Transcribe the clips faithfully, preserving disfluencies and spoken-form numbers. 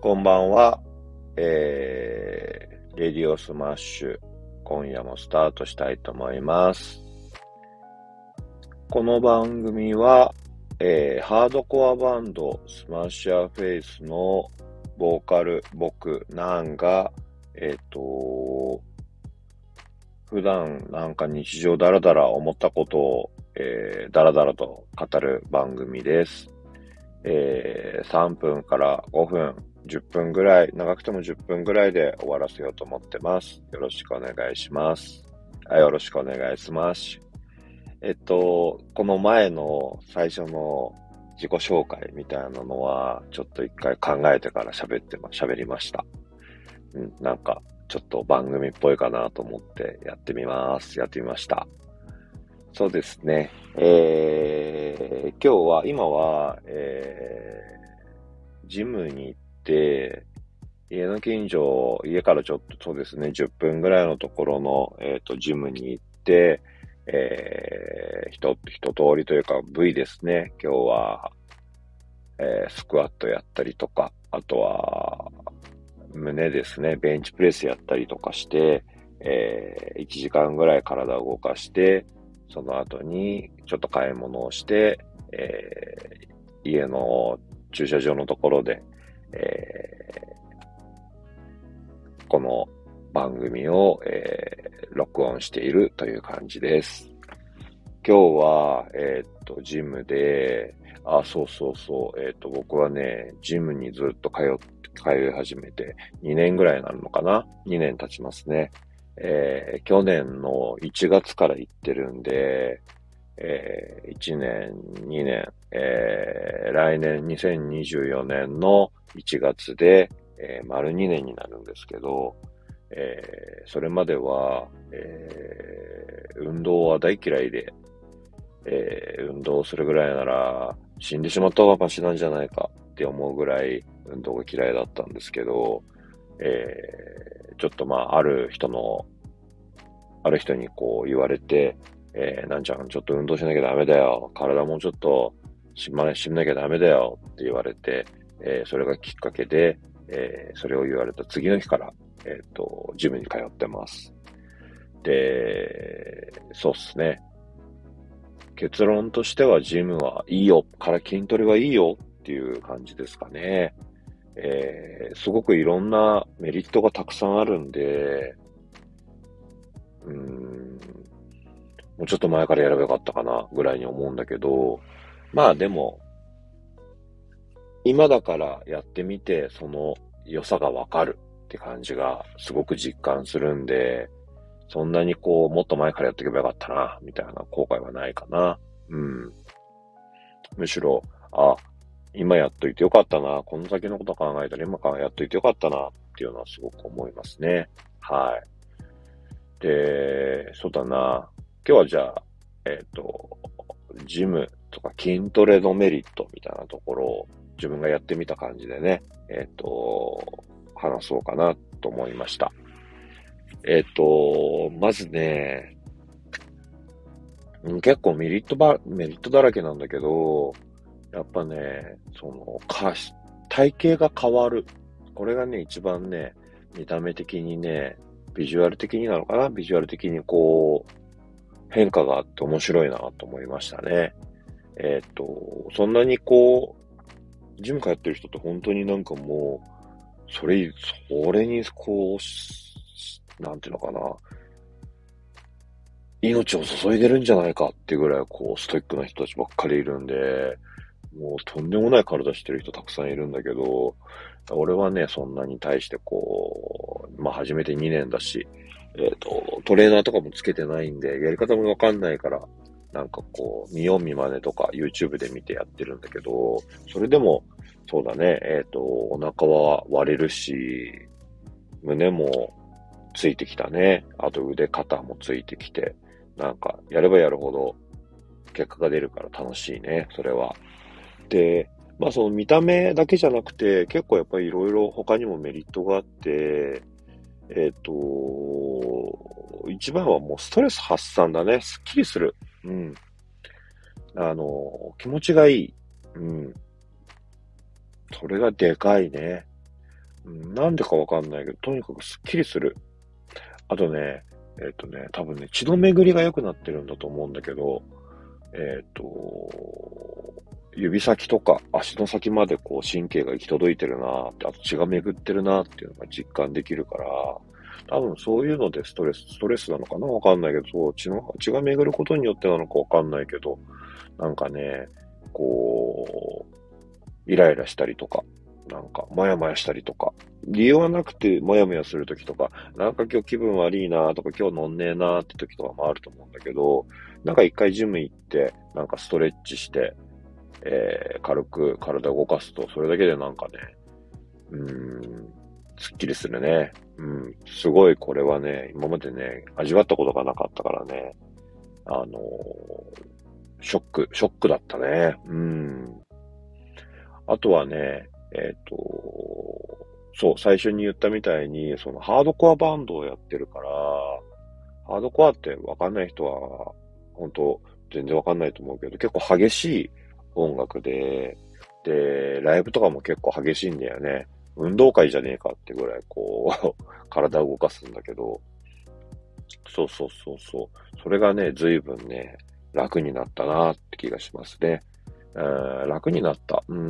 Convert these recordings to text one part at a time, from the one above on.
こんばんは、えー、レディオスマッシュ、今夜もスタートしたいと思います。この番組は、えー、ハードコアバンドスマッシャーフェイスのボーカル、僕、ナンが、えっと、普段なんか日常だらだら思ったことを、えー、だらだらと語る番組です。えー、さんぷんからごふん、じゅっぷんぐらい、長くてもじゅっぷんぐらいで終わらせようと思ってます。よろしくお願いします。はい、よろしくお願いします。えっと、この前の最初の自己紹介みたいなのは、ちょっと一回考えてから喋ってま、喋りました。うん、なんか、ちょっと番組っぽいかなと思ってやってみます。やってみました。そうですね。えー、今日は、今は、えー、ジムに行って、家の近所、家からちょっとそうですね、じゅっぷんぐらいのところの、えっと、ジムに行って、えー、一、一通りというか、部位ですね。今日は、えー、スクワットやったりとか、あとは、胸ですね、ベンチプレスやったりとかして、えー、いちじかんぐらい体を動かして、その後にちょっと買い物をして、えー、家の駐車場のところで、えー、この番組を、えー、録音しているという感じです。今日は、えーっと、ジムで、あ、そうそうそう、えーっと、僕はね、ジムにずっと通って、通い始めてにねんぐらいになるのかな？ に 年経ちますね。えー、去年のいちがつから行ってるんで、えー、いちねん、にねん、えー、来年にせんにじゅうよねんのいちがつで、えー、丸にねんになるんですけど、えー、それまでは、えー、運動は大嫌いで、えー、運動するぐらいなら死んでしまった方がマシなんじゃないかって思うぐらい運動が嫌いだったんですけど、えー、ちょっとまあ、ある人の、ある人にこう言われて、えー、なんちゃん、ちょっと運動しなきゃダメだよ。体もうちょっとしま、しなきゃダメだよって言われて、えー、それがきっかけで、えー、それを言われた次の日から、えっと、ジムに通ってます。で、そうっすね。結論としてはジムはいいよ、から筋トレはいいよっていう感じですかね。えー、すごくいろんなメリットがたくさんあるんで、うーん、もうちょっと前からやればよかったかなぐらいに思うんだけど、まあでも、今だからやってみて、その良さがわかるって感じがすごく実感するんで、そんなにこう、もっと前からやっておけばよかったな、みたいな後悔はないかな。うん。むしろ、あ、今やっといてよかったな、この先のこと考えたら今からやっといてよかったな、っていうのはすごく思いますね。はい。で、そうだな。今日はじゃあ、えっと、ジムとか筋トレのメリットみたいなところを自分がやってみた感じでね、えっと、話そうかなと思いました。えっと、まずね、結構メリットば、メリットだらけなんだけど、やっぱね、その、かし、体型が変わる。これがね、一番ね、見た目的にね、ビジュアル的になのかなビジュアル的にこう、変化があって面白いなと思いましたね。えっと、そんなにこう、ジム通ってる人って本当になんかもう、それ、それにこう、なんていうのかな、命を注いでるんじゃないかっていうぐらいこう、ストイックな人たちばっかりいるんで、もうとんでもない体してる人たくさんいるんだけど、俺はね、そんなに対してこう、まあ始めてにねんだし、えっと、トレーナーとかもつけてないんで、やり方もわかんないから、なんかこう、見よう見真似とか YouTube で見てやってるんだけど、それでも、そうだね、えっと、お腹は割れるし、胸もついてきたね。あと腕、肩もついてきて、なんか、やればやるほど結果が出るから楽しいね、それは。で、まあその見た目だけじゃなくて、結構やっぱりいろいろ他にもメリットがあって、えっと、一番はもうストレス発散だね。すっきりする。うん。あの、気持ちがいい。うん。それがでかいね。 うんなんでかわかんないけど、とにかくスッキリする。あとね、えっとね、多分ね、血の巡りが良くなってるんだと思うんだけど、えっと、指先とか足の先までこう神経が行き届いてるなーって、あと血が巡ってるなーっていうのが実感できるから、多分そういうのでストレス、ストレスなのかなわかんないけど、そう血の、血が巡ることによってなのかわかんないけど、なんかね、こう、イライラしたりとか、なんか、もやもやしたりとか、理由はなくてもやもやするときとか、なんか今日気分悪いなとか、今日飲んねえなって時とかもあると思うんだけど、なんか一回ジム行って、なんかストレッチして、えー、軽く体を動かすと、それだけでなんかね、うーん、すっきりするね。うん、すごいこれはね、今までね、味わったことがなかったからね、あのーショック、ショックだったね。うん。あとはね、えっと、そう、最初に言ったみたいに、そのハードコアバンドをやってるから、ハードコアってわかんない人は、本当全然わかんないと思うけど、結構激しい音楽で、で、ライブとかも結構激しいんだよね。運動会じゃねえかってぐらい、こう、体を動かすんだけど、そうそうそうそう。それがね、随分ね、楽になったなって気がしますね。えー楽になった。うん、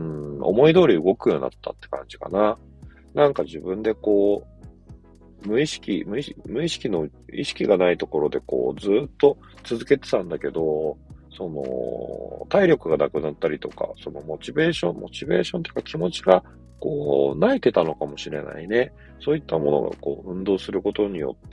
思い通り動くようになったって感じかな。なんか自分でこう、無意識、無意識、無意識の、意識がないところでこう、ずっと続けてたんだけど、その、体力がなくなったりとか、そのモチベーション、モチベーションというか気持ちが、こう、泣いてたのかもしれないね。そういったものがこう、運動することによって、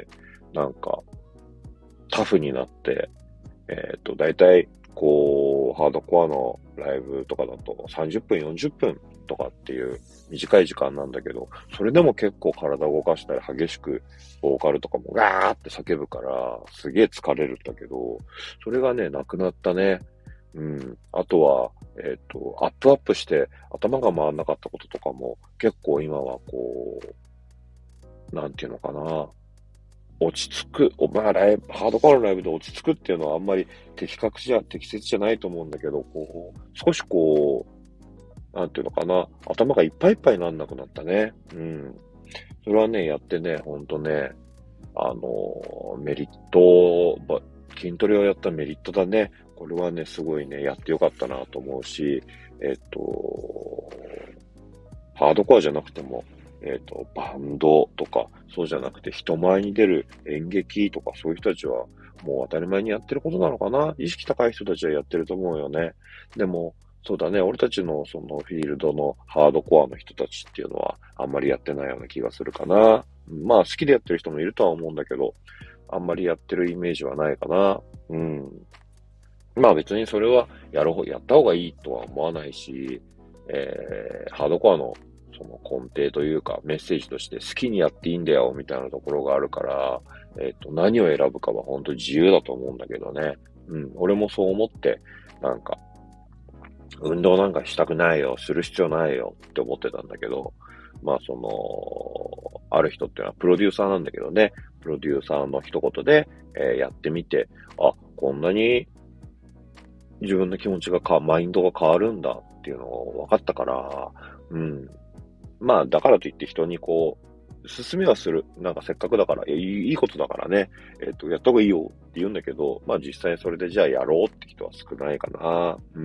なんか、タフになって、えっと、だいたい、こう、ハードコアのライブとかだとさんじゅっぷん、よんじゅっぷんとかっていう短い時間なんだけど、それでも結構体を動かしたり激しく、ボーカルとかもガーって叫ぶから、すげえ疲れるんだけど、それがね、なくなったね。うん。あとは、えっと、アップアップして頭が回んなかったこととかも結構今はこう、なんていうのかな。落ち着く、おまあ、ライブ、ハードコアのライブで落ち着くっていうのはあんまり的確じゃ、適切じゃないと思うんだけど、こう、少しこう、なんていうのかな、頭がいっぱいいっぱいになんなくなったね。うん。それはね、やってね、ほんとね、あの、メリット、ば筋トレをやったメリットだね。これはね、すごいね、やってよかったなと思うし、えっと、ハードコアじゃなくても、えっと、バンドとか、そうじゃなくて人前に出る演劇とか、そういう人たちはもう当たり前にやってることなのかな。意識高い人たちはやってると思うよね。でも、そうだね、俺たちのそのフィールドのハードコアの人たちっていうのはあんまりやってないような気がするかな。まあ好きでやってる人もいるとは思うんだけど、あんまりやってるイメージはないかな。うん。まあ別にそれはやる方、やった方がいいとは思わないし、えー、ハードコアのその根底というかメッセージとして好きにやっていいんだよみたいなところがあるから、えっと、何を選ぶかは本当自由だと思うんだけどね。うん、俺もそう思って、なんか、運動なんかしたくないよ、する必要ないよって思ってたんだけど、まあその、ある人っていうのはプロデューサーなんだけどね、プロデューサーの一言で、えーやってみて、あ、こんなに自分の気持ちがか、マインドが変わるんだっていうのが分かったから、うん。まあ、だからといって人にこう、進めはする。なんかせっかくだから、いやいいいいことだからね。えっと、やった方がいいよって言うんだけど、まあ実際それでじゃあやろうって人は少ないかな。うん。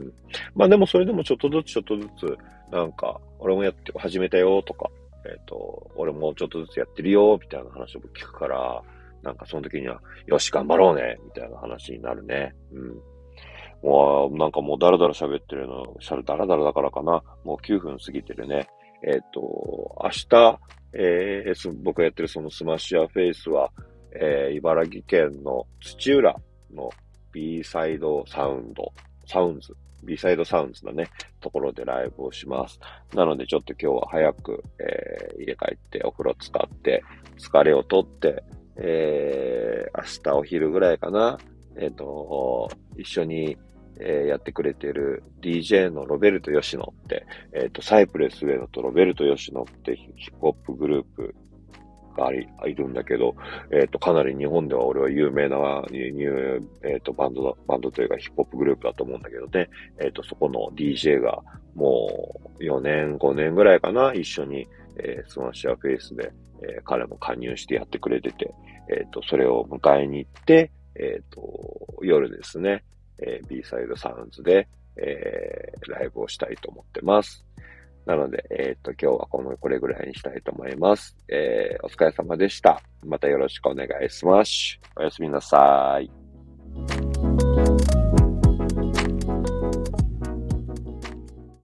まあでもそれでもちょっとずつちょっとずつ、なんか、俺もやって、始めたよとか、えっと、俺もちょっとずつやってるよみたいな話を聞くから、なんかその時には、よし、頑張ろうねみたいな話になるね。うん。もう、なんかもうダラダラ喋ってるの、しゃダラダラだからかな。もうきゅうふん過ぎてるね。えっと、明日、えーす僕がやってるそのスマッシュアフェイスは、えー茨城県の土浦の B サイドサウンド、サウンズ、B サイドサウンズだね、ところでライブをします。なのでちょっと今日は早く、えー家帰ってお風呂使って、疲れを取って、えー明日お昼ぐらいかな、えっと、一緒に、えーやってくれてる ディージェー のロベルト・ヨシノって、えっと、サイプレス上野とロベルト・ヨシノってヒップホップグループがあり、いるんだけど、えっと、かなり日本では俺は有名な、ニュー、えっと、バンドだ、バンドというかヒップホップグループだと思うんだけどね、えっと、そこの ディージェー がもうよねん、ごねんぐらいかな、一緒にえー、スマッシュアフェイスで、えー、彼も加入してやってくれてて、えっと、それを迎えに行って、えっと、夜ですね、えー、B サイドサウンズで、えー、ライブをしたいと思ってます。なので、えっと、今日はこの、これぐらいにしたいと思います。えー、お疲れ様でした。またよろしくお願いします。おやすみなさい。